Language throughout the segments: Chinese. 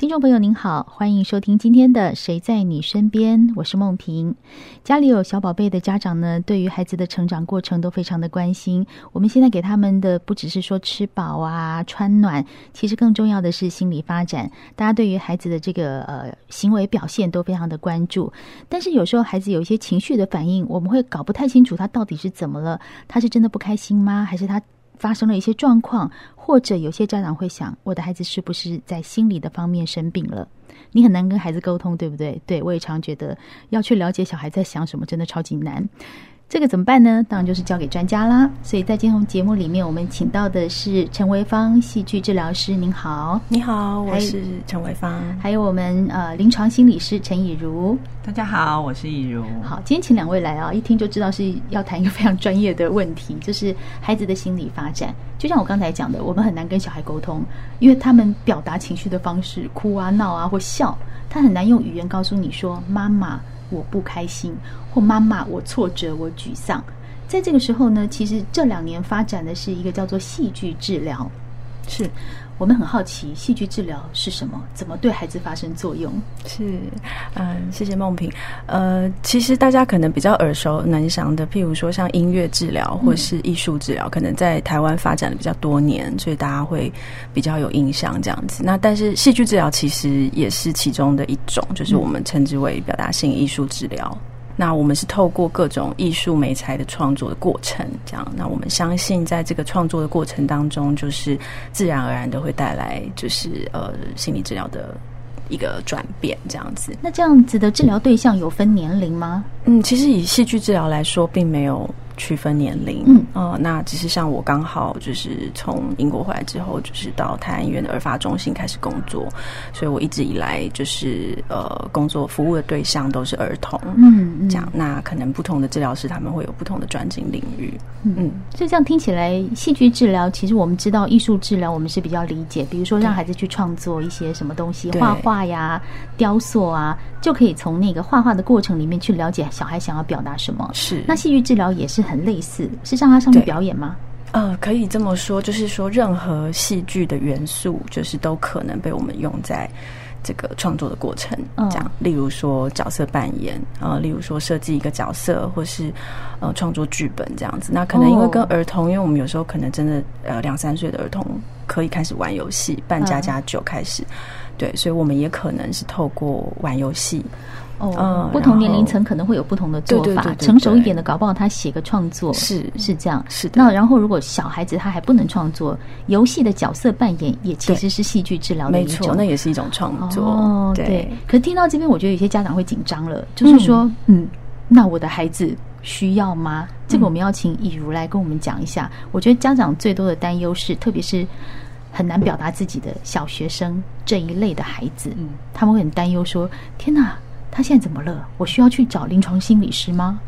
听众朋友您好，欢迎收听今天的谁在你身边，我是梦萍。家里有小宝贝的家长呢，对于孩子的成长过程都非常的关心。我们现在给他们的不只是说吃饱啊穿暖，其实更重要的是心理发展。大家对于孩子的这个行为表现都非常的关注，但是有时候孩子有一些情绪的反应，我们会搞不太清楚他到底是怎么了，他是真的不开心吗？还是他发生了一些状况，或者有些家长会想，我的孩子是不是在心理的方面生病了？你很难跟孩子沟通，对不对？对，我也常觉得要去了解小孩在想什么，真的超级难。这个怎么办呢？当然就是交给专家啦。所以在今天节目里面，我们请到的是陈维芳戏剧治疗师。您好。 你好，我是陈维芳。 还有我们临床心理师陈以如。 大家好，我是以如。 好，今天请两位来啊，一听就知道是要谈一个非常专业的问题，就是孩子的心理发展。就像我刚才讲的，我们很难跟小孩沟通，因为他们表达情绪的方式，哭啊、闹啊或笑，他很难用语言告诉你说妈妈我不开心，或妈妈我挫折我沮丧。在这个时候呢，其实这2年发展的是一个叫做戏剧治疗。是我们很好奇戏剧治疗是什么，怎么对孩子发生作用。 是谢谢梦萍。其实大家可能比较耳熟能详的，譬如说像音乐治疗或是艺术治疗，可能在台湾发展了比较多年，所以大家会比较有印象这样子。那但是戏剧治疗其实也是其中的一种，就是我们称之为表达性艺术治疗。那我们是透过各种艺术媒材的创作的过程，这样，那我们相信在这个创作的过程当中，就是自然而然的会带来就是心理治疗的一个转变这样子。 那这样子的治疗对象有分年龄吗？ 其实以戏剧治疗来说并没有区分年龄。那只是像我刚好就是从英国回来之后，就是到台安医院的儿发中心开始工作，所以我一直以来就是工作服务的对象都是儿童。这样，那可能不同的治疗师他们会有不同的专精领域。 所以这样听起来，戏剧治疗其实我们知道，艺术治疗我们是比较理解，比如说让孩子去创作一些什么东西，画画呀、雕塑啊，就可以从那个画画的过程里面去了解小孩想要表达什么。 是， 那戏剧治疗也是很类似，是让他上面表演吗？ 可以这么说，就是说任何戏剧的元素，就是都可能被我们用在这个创作的过程，这样，例如说角色扮演，例如说设计一个角色，或是创作剧本这样子。那可能因为跟儿童，因为我们有时候可能真的2-3岁的儿童可以开始玩游戏，扮家家酒开始，对，所以我们也可能是透过玩游戏。 不同年龄层可能会有不同的做法。对，成熟一点的搞不好他写个创作，是这样。是的。那然后如果小孩子他还不能创作，游戏的角色扮演也其实是戏剧治疗的一种。没错， 那也是一种创作。 对。可是听到这边，我觉得有些家长会紧张了，就是说，那我的孩子需要吗？这个我们要请以如来跟我们讲一下。我觉得家长最多的担忧是，特别是很难表达自己的小学生这一类的孩子，他们会很担忧说，天哪，他现在怎么了？我需要去找临床心理师吗？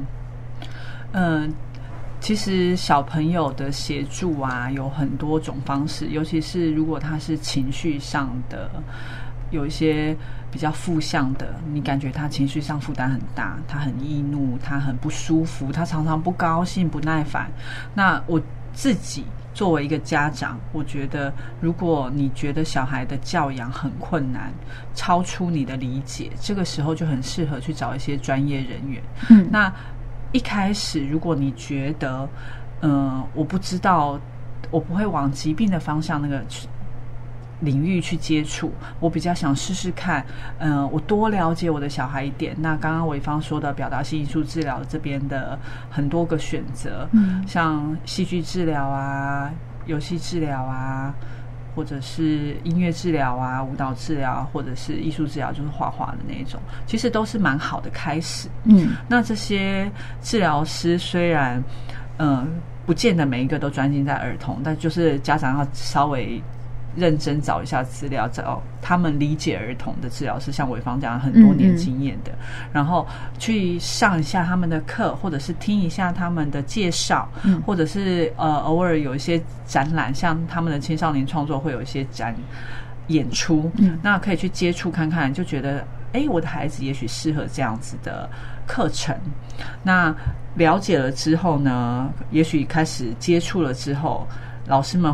其实小朋友的协助啊，有很多种方式，尤其是如果他是情绪上的有一些比较负向的，你感觉他情绪上负担很大，他很易怒，他很不舒服，他常常不高兴不耐烦。那我自己作为一个家长，我觉得如果你觉得小孩的教养很困难，超出你的理解，这个时候就很适合去找一些专业人员。那一开始如果你觉得我不知道，我不会往疾病的方向那个领域去接触，我比较想试试看我多了解我的小孩一点。那刚刚维芳说的表达性艺术治疗这边的很多个选择，像戏剧治疗啊、游戏治疗啊，或者是音乐治疗啊、舞蹈治疗，或者是艺术治疗，就是画画的那种，其实都是蛮好的开始。那这些治疗师虽然不见得每一个都专精在儿童，但就是家长要稍微认真找一下资料，找他们理解儿童的治疗师，像潍坊这样很多年经验的，然后去上一下他们的课，或者是听一下他们的介绍，或者是偶尔有一些展览，像他们的青少年创作会有一些演出，那可以去接触看看，就觉得我的孩子也许适合这样子的课程。那了解了之后呢，也许开始接触了之后，老师们会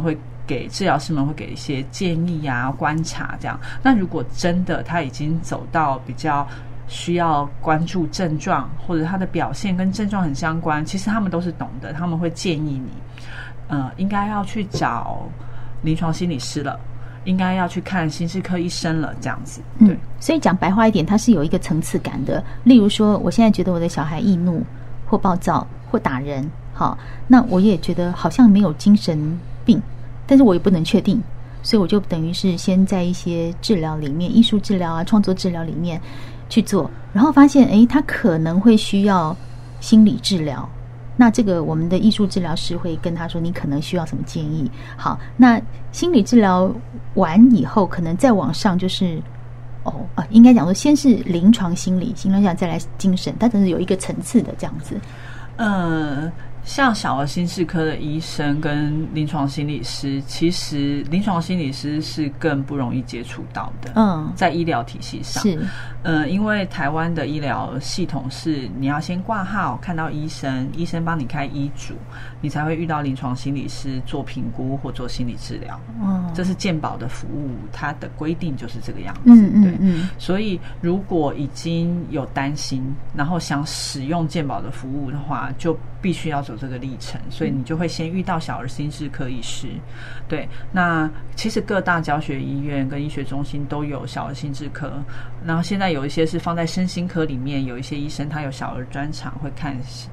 治疗师们会给一些建议啊、观察这样。那如果真的他已经走到比较需要关注症状，或者他的表现跟症状很相关，其实他们都是懂的，他们会建议你应该要去找临床心理师了，应该要去看心智科医生了，这样子。对， 所以讲白话一点，它是有一个层次感的。例如说，我现在觉得我的小孩易怒或暴躁或打人，好，那我也觉得好像没有精神病，但是我也不能确定，所以我就等于是先在一些治疗里面，艺术治疗啊、创作治疗里面去做，然后发现他可能会需要心理治疗。那这个我们的艺术治疗师会跟他说你可能需要什么建议。好，那心理治疗完以后可能再往上就是应该讲说先是临床心理再来精神，它真是有一个层次的这样子。 像小儿心智科的医生跟临床心理师，其实临床心理师是更不容易接触到的。在医疗体系上是因为台湾的医疗系统是你要先挂号看到医生，医生帮你开医嘱，你才会遇到临床心理师做评估或做心理治疗。这是健保的服务，它的规定就是这个样子。对，所以如果已经有担心，然后想使用健保的服务的话，就必须要走这个历程，所以你就会先遇到小儿心智科医师。对，那其实各大教学医院跟医学中心都有小儿心智科，然后现在有一些是放在身心科里面，有一些医生他有小儿专场，会看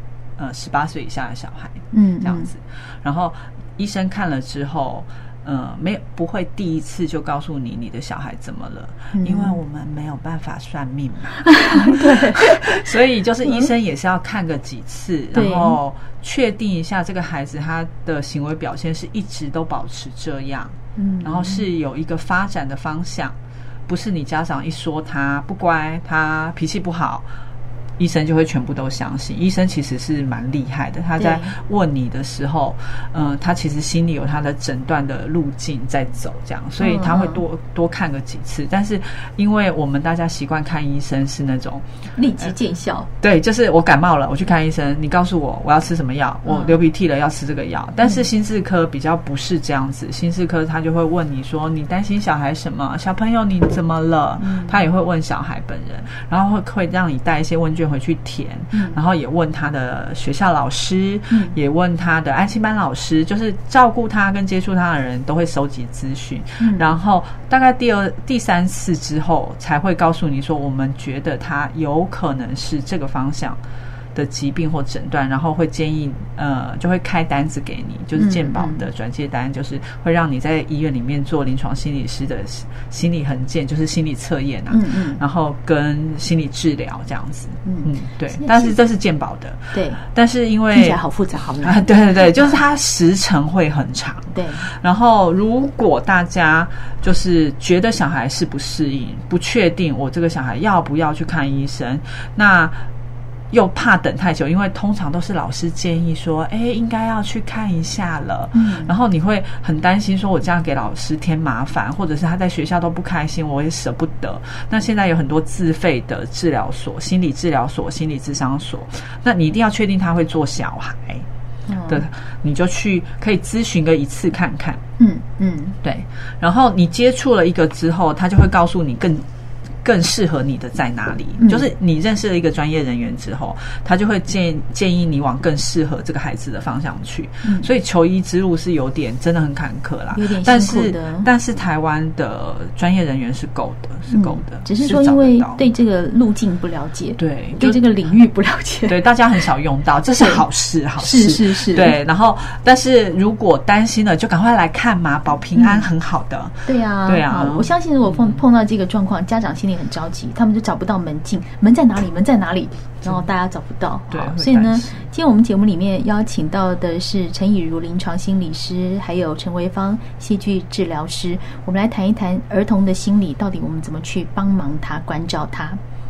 18岁以下的小孩，这样子。然后医生看了之后不会第一次就告诉你的小孩怎么了，因为我们没有办法算命嘛。对，所以就是医生也是要看个几次，然后确定一下这个孩子他的行为表现是一直都保持这样，然后是有一个发展的方向，不是你家长一说他不乖，他脾气不好，医生就会全部都相信。医生其实是蛮厉害的，他在问你的时候他其实心里有他的诊断的路径在走，这样，所以他会多看个几次。但是因为我们大家习惯看医生是那种立即见效， 对，就是我感冒了我去看医生，你告诉我要吃什么药，我流鼻涕了要吃这个药。但是心智科比较不是这样子，心智科他就会问你说你担心小孩什么，小朋友你怎么了，他也会问小孩本人，然后会让你带一些问卷回去填，然后也问他的学校老师，也问他的安亲班老师，就是照顾他跟接触他的人都会收集资讯，然后大概第三次之后才会告诉你说我们觉得他有可能是这个方向的疾病或诊断，然后会建议就会开单子给你，就是健保的转介单，就是会让你在医院里面做临床心理师的心理衡鉴，就是心理测验啊，然后跟心理治疗这样子。对，但是这是健保的。对，但是因为听起来好复杂好难。 对对对，就是它时程会很长。对，然后如果大家就是觉得小孩适不适应，不确定我这个小孩要不要去看医生，那又怕等太久，因为通常都是老师建议说应该要去看一下了，然后你会很担心说我这样给老师添麻烦，或者是他在学校都不开心，我也舍不得。那现在有很多自费的治疗所，心理治疗所、心理咨商所，那你一定要确定他会做小孩的，你就去可以咨询个一次看看。对，然后你接触了一个之后，他就会告诉你更适合你的在哪里，就是你认识了一个专业人员之后，他就会建议你往更适合这个孩子的方向去。所以求医之路是真的很坎坷啦， 有点辛苦的。 但是台湾的专业人员是够的， 只是说因为对这个路径不了解，对这个领域不了解， 对大家很少用到，这是好事，好事是。对，然后但是如果担心了，就赶快来看嘛，保平安很好的。 对啊，我相信如果碰到这个状况，家长心里很着急，他们就找不到门径，门在哪里，然后大家找不到。对，所以呢，今天我们节目里面邀请到的是陈以如临床心理师，还有陈维芳戏剧治疗师，我们来谈一谈儿童的心理，到底我们怎么去帮忙他、关照他。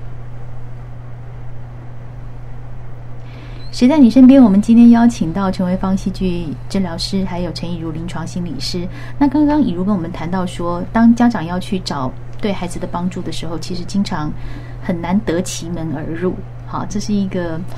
谁在你身边？我们今天邀请到陈维芳戏剧治疗师，还有陈以如临床心理师。那刚刚以如跟我们谈到说，当家长要去找对孩子的帮助的时候，其实经常很难得其门而入。好，这是一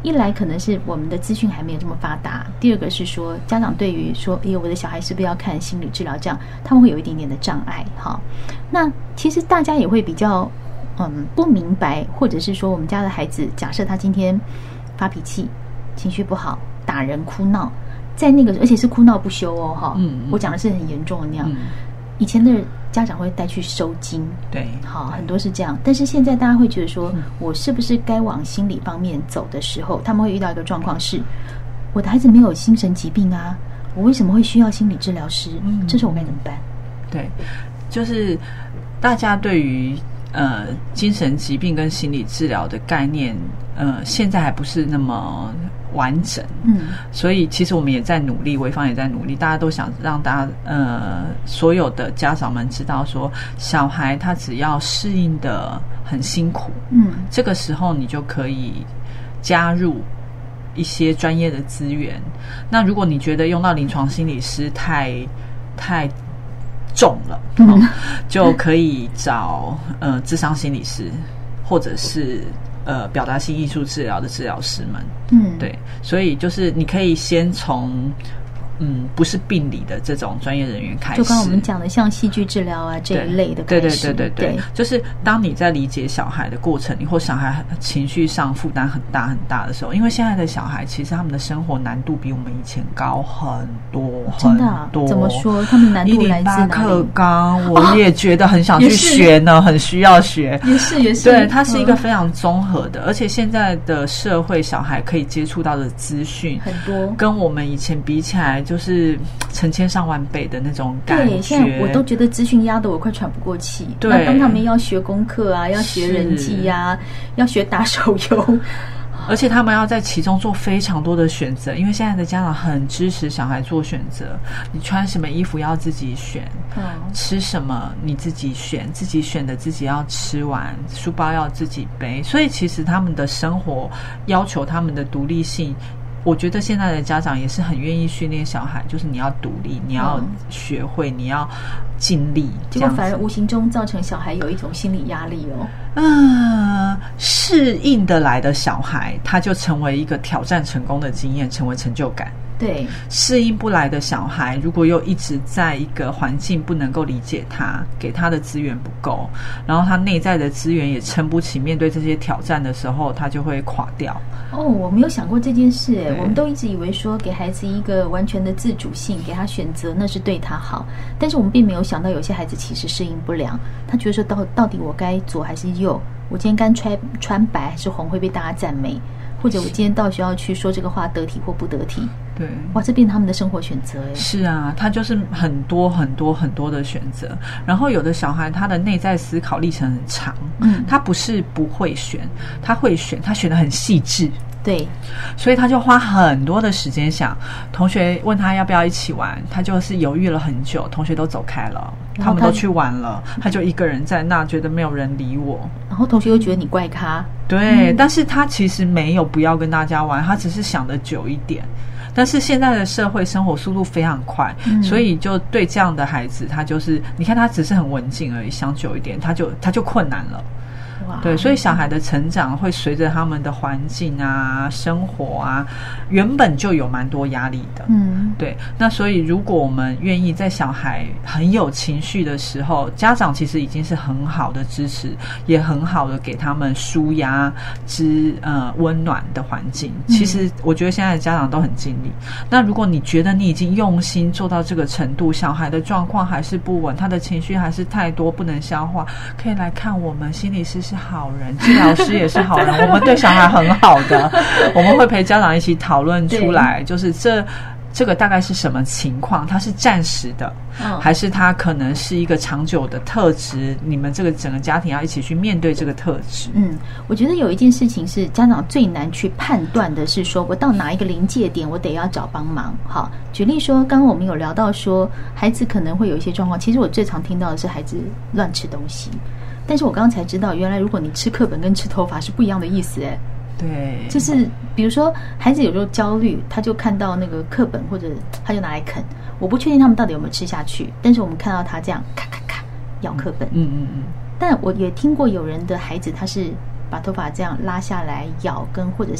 一来可能是我们的资讯还没有这么发达，第二个是说家长对于说我的小孩是不是要看心理治疗，这样他们会有一点点的障碍。好，那其实大家也会比较不明白，或者是说我们家的孩子假设他今天发脾气，情绪不好，打人哭闹，在那个而且是哭闹不休哦，我讲的是很严重的那样。以前的家长会带去收金， 对， 好，很多是这样。但是现在大家会觉得说，我是不是该往心理方面走的时候，他们会遇到一个状况是，我的孩子没有精神疾病啊，我为什么会需要心理治疗师？这时候我该怎么办？ 对，就是大家对于精神疾病跟心理治疗的概念，现在还不是那么完整，所以其实我们也在努力，潍坊也在努力，大家都想让大家所有的家长们知道说，小孩他只要适应的很辛苦，这个时候你就可以加入一些专业的资源。那如果你觉得用到临床心理师太重了，就可以找諮商心理师，或者是表达性艺术治疗的治疗师们。对，所以就是你可以先从不是病理的这种专业人员开始， 就刚刚我们讲的像戏剧治疗啊这一类的开始。 对，就是当你在理解小孩的过程，或小孩情绪上负担很大很大的时候，因为现在的小孩其实他们的生活难度比我们以前高很多， 真的啊？怎么说？他们难度来自哪里？108 课纲，我也觉得很想去学呢，很需要学。 也是， 对，它是一个非常综合的，而且现在的社会小孩可以接触到的资讯很多， 跟我们以前比起来，就是成千上万倍的那种感觉。 对，现在我都觉得资讯压得我快喘不过气。 对， 那当他们要学功课啊，要学人际啊，要学打手游， 而且他们要在其中做非常多的选择，因为现在的家长很支持小孩做选择，你穿什么衣服要自己选，吃什么你自己选，自己选的自己要吃完，书包要自己背，所以其实他们的生活要求他们的独立性，我觉得现在的家长也是很愿意训练小孩，就是你要独立，你要学会，你要尽力， 结果反而无形中造成小孩有一种心理压力哦。 适应得来的小孩，他就成为一个挑战成功的经验，成为成就感。 对， 适应不来的小孩，如果又一直在一个环境不能够理解他，给他的资源不够，然后他内在的资源也撑不起，面对这些挑战的时候，他就会垮掉。 我没有想过这件事，我们都一直以为说给孩子一个完全的自主性，给他选择，那是对他好，但是我们并没有想到有些孩子其实适应不良，他觉得说到底我该左还是右，我今天该穿白还是红会被大家赞美，或者我今天到学校去说这个话得体或不得体。 对， 哇，这变成他们的生活选择耶。 是啊，他就是很多很多很多的选择。然后有的小孩他的内在思考历程很长，他不是不会选，他会选，他选得很细致。 对， 所以他就花很多的时间想，同学问他要不要一起玩，他就是犹豫了很久，同学都走开了，他们都去玩了，他就一个人在那，觉得没有人理我， 然后同学又觉得你怪咖。 对，但是他其实没有不要跟大家玩，他只是想得久一点。但是现在的社会生活速度非常快，所以就对这样的孩子，他就是你看他只是很文静而已，想久一点他就困难了。对，所以小孩的成长会随着他们的环境啊、生活啊，原本就有蛮多压力的。对。那所以如果我们愿意在小孩很有情绪的时候，家长其实已经是很好的支持，也很好的给他们抒压温暖的环境。其实我觉得现在的家长都很尽力。那如果你觉得你已经用心做到这个程度，小孩的状况还是不稳，他的情绪还是太多不能消化，可以来看我们心理师是好人，治疗师也是好人，我们对小孩很好的，我们会陪家长一起讨论出来，就是这个大概是什么情况，它是暂时的，还是它可能是一个长久的特质，你们这个整个家庭要一起去面对这个特质。 我觉得有一件事情是家长最难去判断的，是说我到哪一个临界点我得要找帮忙。好，举例说刚刚我们有聊到说孩子可能会有一些状况，其实我最常听到的是孩子乱吃东西，但是我刚刚才知道原来如果你吃课本跟吃头发是不一样的意思。 对， 就是比如说孩子有时候焦虑，他就看到那个课本或者他就拿来啃，我不确定他们到底有没有吃下去，但是我们看到他这样咔咔咔咬课本。但我也听过有人的孩子他是把头发这样拉下来咬，跟或者是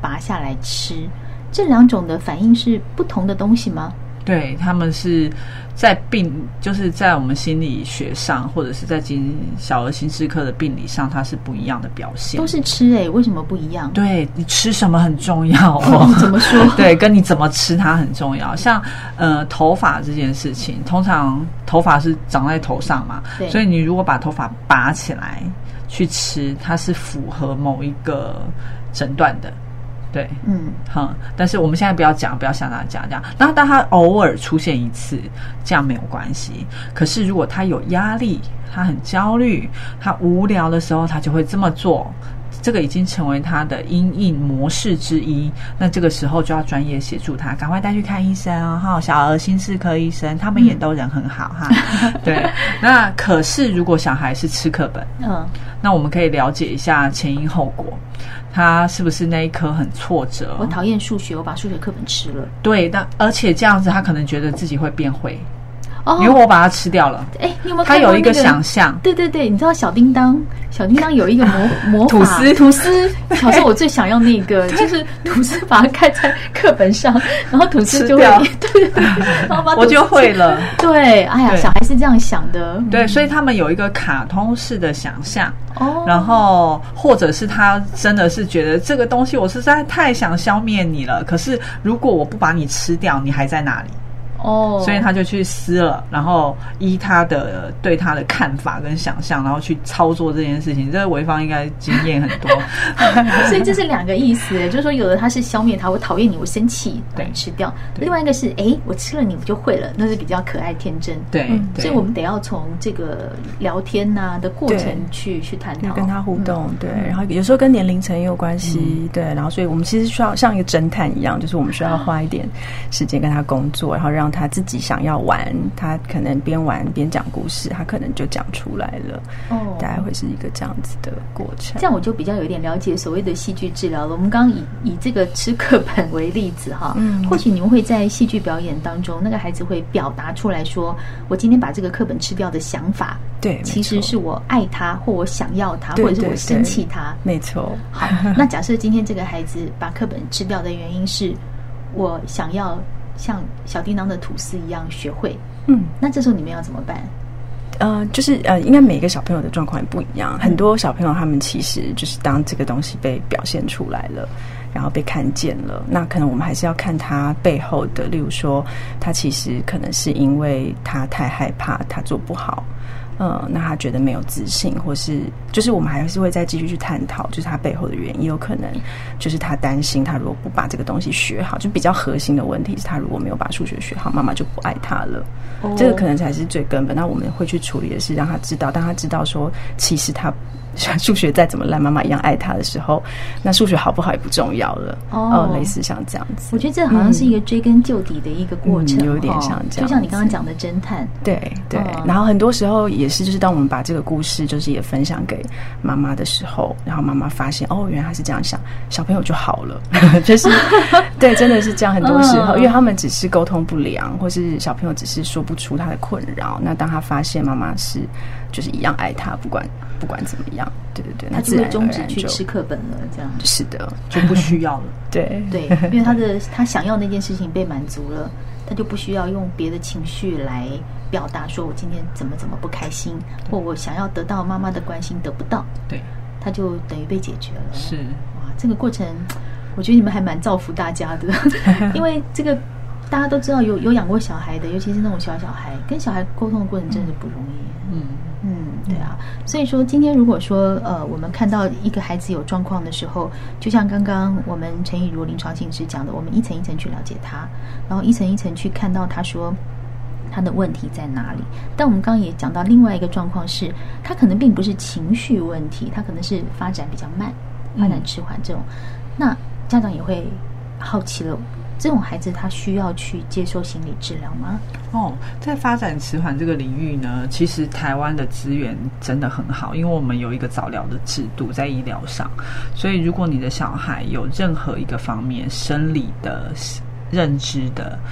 拔下来吃，这两种的反应是不同的东西吗？ 对，他们是在就是在我们心理学上，或者是在小儿心智科的病理上，它是不一样的表现。 都是吃为什么不一样？ 对，你吃什么很重要哦。 怎么说？ 对，跟你怎么吃它很重要。像头发这件事情，通常头发是长在头上嘛，所以你如果把头发拔起来去吃，它是符合某一个诊断的。对，但是我们现在不要像他讲这样，那当他偶尔出现一次，这样没有关系。可是如果他有压力，他很焦虑，他无聊的时候，他就会这么做。这个已经成为他的因应模式之一，那这个时候就要专业协助他，赶快带去看医生哈，小儿心智科医生，他们也都人很好哈。对，那可是如果小孩是吃课本，那我们可以了解一下前因后果，他是不是那一科很挫折？ 我讨厌数学，我把数学课本吃了。 对，那而且这样子，他可能觉得自己会变会。因为我把它吃掉了。 你有没有看过他有一个想象？ 对，你知道小叮当有一个魔法吐司。小时候我最想要那个，就是吐司把它盖在课本上，然后吐司就会对，然后把我就会了。 对，哎呀，小孩是这样想的。 对，所以他们有一个卡通式的想象。然后或者是他真的是觉得这个东西我实在太想消灭你了，可是如果我不把你吃掉，你还在哪里？所以他就去撕了，然后依他的对他的看法跟想象，然后去操作这件事情。这个潍坊应该经验很多。 所以这是两个意思，就是说有的他是消灭他，我讨厌你，我生气把你吃掉；另外一个是我吃了你我就会了，那是比较可爱天真。 对， 所以我们得要从这个聊天的过程去探讨， 跟他互动。对，然后有时候跟年龄层也有关系。对，然后所以我们其实需要像一个侦探一样，就是我们需要花一点时间跟他工作，然后让他自己想要玩，他可能边玩边讲故事，他可能就讲出来了。大概会是一个这样子的过程。 这样我就比较有点了解所谓的戏剧治疗了。我们刚刚以这个吃课本为例子哈，或许你们会在戏剧表演当中，那个孩子会表达出来说，我今天把这个课本吃掉的想法， 对， 其实是我爱他，或我想要他，或者是我生气他。 没错。 好，那假设今天这个孩子把课本吃掉的原因是我想要像小叮当的吐司一样学会，那这时候你们要怎么办？ 就是应该每个小朋友的状况也不一样。很多小朋友他们其实就是当这个东西被表现出来了，然后被看见了，那可能我们还是要看他背后的，例如说他其实可能是因为他太害怕他做不好，那他觉得没有自信，或是就是我们还是会再继续去探讨，就是他背后的原因。有可能就是他担心他如果不把这个东西学好，就比较核心的问题是他如果没有把数学学好，妈妈就不爱他了。这个可能才是最根本。那我们会去处理的是让他知道，当他知道说其实他数学再怎么烂，妈妈一样爱他的时候，那数学好不好也不重要了。类似像这样子， 我觉得这好像是一个追根究底的一个过程， 有点像这样， 就像你刚刚讲的侦探。 对，然后很多时候也是，就是当我们把这个故事就是也分享给妈妈的时候，然后妈妈发现原来他是这样想，小朋友就好了。就是对，真的是这样。很多时候因为他们只是沟通不良，或是小朋友只是说不出他的困扰，那当他发现妈妈是就是一样爱他，不管怎么样，对，那他就会终止去吃课本了。这样是的， 就不需要了。 对，因为他想要那件事情被满足了，他就不需要用别的情绪来表达说我今天怎么不开心，或我想要得到妈妈的关心得不到， 对， 他就等于被解决了。 是， 哇，这个过程我觉得你们还蛮造福大家的。因为这个大家都知道，有养过小孩的，尤其是那种小孩跟小孩沟通的过程真的不容易。对啊，所以说今天如果说我们看到一个孩子有状况的时候，就像刚刚我们陈以如临床心理师讲的，我们一层一层去了解他，然后一层一层去看到他说他的问题在哪里。但我们刚刚也讲到另外一个状况是，他可能并不是情绪问题，他可能是发展比较慢，发展迟缓这种。那家长也会好奇了，这种孩子他需要去接受心理治疗吗？ 在发展迟缓这个领域呢，其实台湾的资源真的很好，因为我们有一个早疗的制度在医疗上，所以如果你的小孩有任何一个方面生理的、认知的、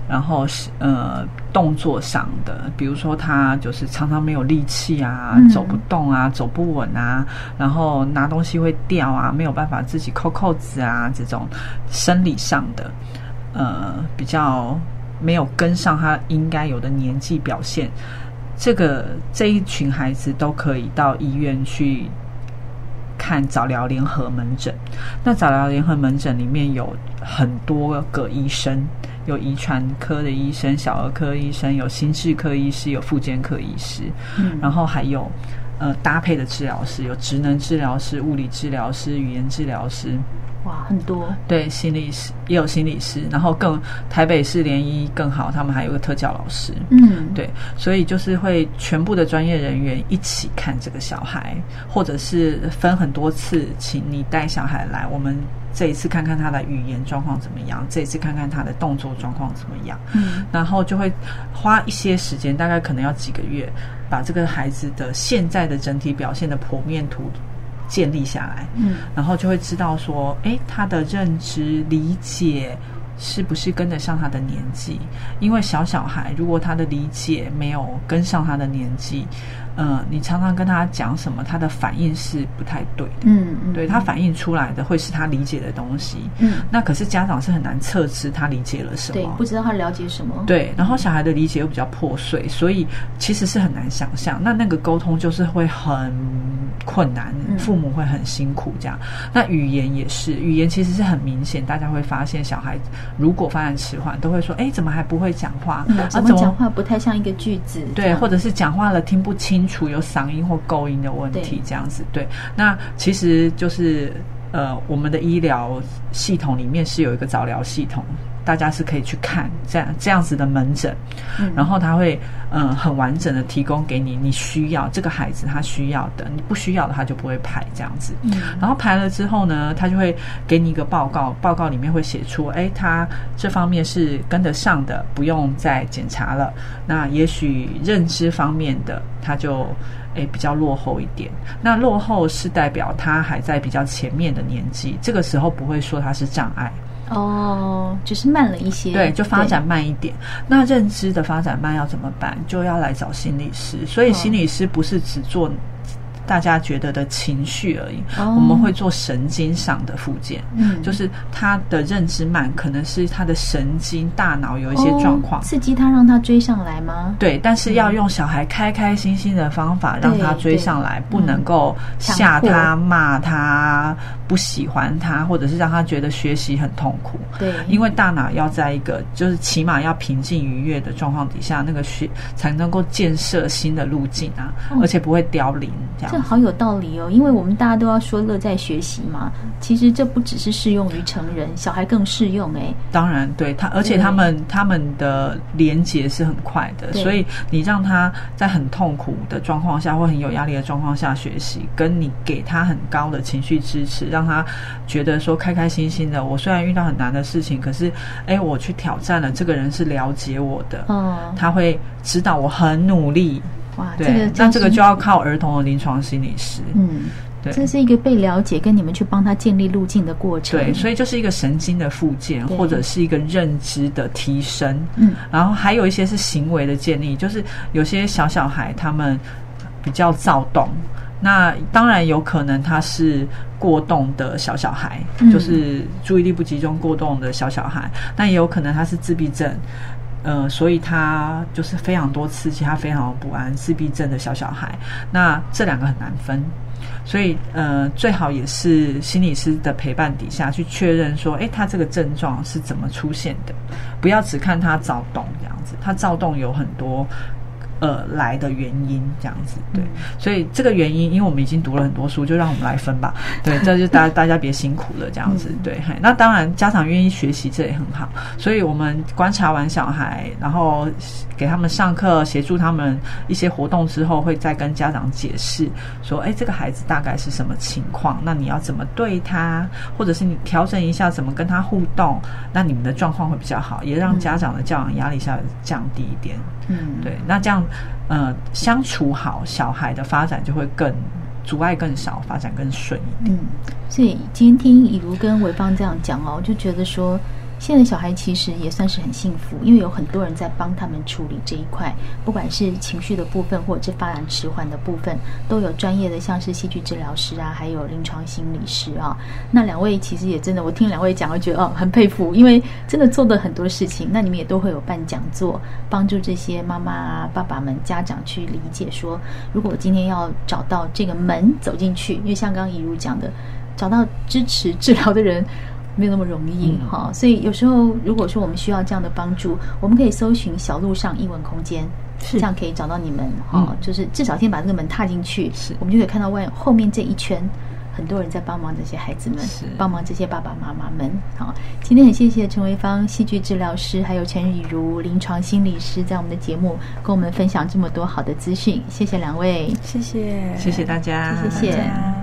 然后动作上的，比如说他就是常常没有力气啊，走不动啊，走不稳啊，然后拿东西会掉啊，没有办法自己扣扣子啊，这种生理上的比较没有跟上他应该有的年纪表现，这一群孩子都可以到医院去看早疗联合门诊。那早疗联合门诊里面有很多个医生，有遗传科的医生、小儿科医生，有心智科医师，有复健科医师，然后还有搭配的治疗师，有职能治疗师、物理治疗师、语言治疗师。 哇，很多。 对，心理师也有心理师，然后台北市联医更好，他们还有个特教老师。对，所以就是会全部的专业人员一起看这个小孩，或者是分很多次，请你带小孩来，我们这一次看看他的语言状况怎么样，这一次看看他的动作状况怎么样。然后就会花一些时间，大概可能要几个月，把这个孩子的现在的整体表现的剖面图建立下来，然后就会知道说，他的认知理解是不是跟得上他的年纪？因为小孩如果他的理解没有跟上他的年纪，你常常跟他讲什么，他的反应是不太对的。对，他反应出来的会是他理解的东西。那可是家长是很难测知他理解了什么， 对，不知道他了解什么。 对，然后小孩的理解又比较破碎，所以其实是很难想象。那个沟通就是会很困难，父母会很辛苦这样。那语言也是，语言其实是很明显，大家会发现小孩如果发展迟缓，都会说，怎么还不会讲话？ 怎么讲话不太像一个句子？ 对，或者是讲话了听不清楚，有嗓音或构音的问题，这样子。对，那其实就是我们的医疗系统里面是有一个早疗系统，大家是可以去看这样子的门诊，然后他会很完整的提供给你需要这个孩子他需要的，你不需要的他就不会排这样子。然后排了之后呢，他就会给你一个报告里面会写出他这方面是跟得上的，不用再检查了。那也许认知方面的他就比较落后一点，那落后是代表他还在比较前面的年纪，这个时候不会说他是障碍。 只是慢了一些。 对，就发展慢一点。那认知的发展慢要怎么办？就要来找心理师。所以心理师不是只做大家觉得的情绪而已，我们会做神经上的复健，就是他的认知慢，可能是他的神经大脑有一些状况， 刺激他让他追上来吗？ 对，但是要用小孩开开心心的方法让他追上来，不能够吓他、骂他、不喜欢他，或者是让他觉得学习很痛苦。 对， 因为大脑要在一个就是起码要平静愉悦的状况底下，那个才能够建设新的路径啊，而且不会凋零这样。 这好有道理哦，因为我们大家都要说乐在学习嘛，其实这不只是适用于成人，小孩更适用。 当然对他，而且他们的连结是很快的，所以你让他在很痛苦的状况下或很有压力的状况下学习，跟你给他很高的情绪支持，让他觉得说开开心心的，我虽然遇到很难的事情，可是我去挑战了，这个人是了解我的，他会知道我很努力。 哇， 对，那这个就要靠儿童的临床心理师。对， 这是一个被了解跟你们去帮他建立路径的过程。 对，所以就是一个神经的复健，或者是一个认知的提升。然后还有一些是行为的建立，就是有些小孩他们比较躁动，那当然有可能他是过动的小孩，就是注意力不集中过动的小孩，那也有可能他是自闭症。所以他就是非常多刺激，他非常不安，自闭症的小孩，那这两个很难分，所以最好也是心理师的陪伴底下去确认说，他这个症状是怎么出现的，不要只看他躁动这样子，他躁动有很多来的原因这样子。对，所以这个原因因为我们已经读了很多书，就让我们来分吧。对，这就大家别辛苦了这样子。对，那当然家长愿意学习这也很好，所以我们观察完小孩，然后给他们上课，协助他们一些活动之后，会再跟家长解释说，这个孩子大概是什么情况，那你要怎么对他，或者是你调整一下怎么跟他互动，那你们的状况会比较好，也让家长的教养压力稍微降低一点。对，那这样相处好，小孩的发展就会更阻碍更少，发展更顺一点。 所以今天听以如跟伟芳这样讲就觉得说现在小孩其实也算是很幸福，因为有很多人在帮他们处理这一块，不管是情绪的部分或者是发展迟缓的部分，都有专业的像是戏剧治疗师啊，还有临床心理师啊。那两位其实也真的，我听两位讲，我觉得很佩服，因为真的做的很多事情。那你们也都会有办讲座，帮助这些妈妈啊、爸爸们、家长去理解说，如果我今天要找到这个门走进去，因为像刚刚怡如讲的，找到支持治疗的人没有那么容易哈，所以有时候如果说我们需要这样的帮助，我们可以搜寻小路上艺文空间，这样可以找到你们哈，就是至少先把这个门踏进去，我们就可以看到后面这一圈很多人在帮忙这些孩子们，帮忙这些爸爸妈妈们。好，今天很谢谢陈维芳戏剧治疗师，还有陈雨如临床心理师，在我们的节目跟我们分享这么多好的资讯，谢谢两位， 谢谢， 谢谢大家， 谢谢。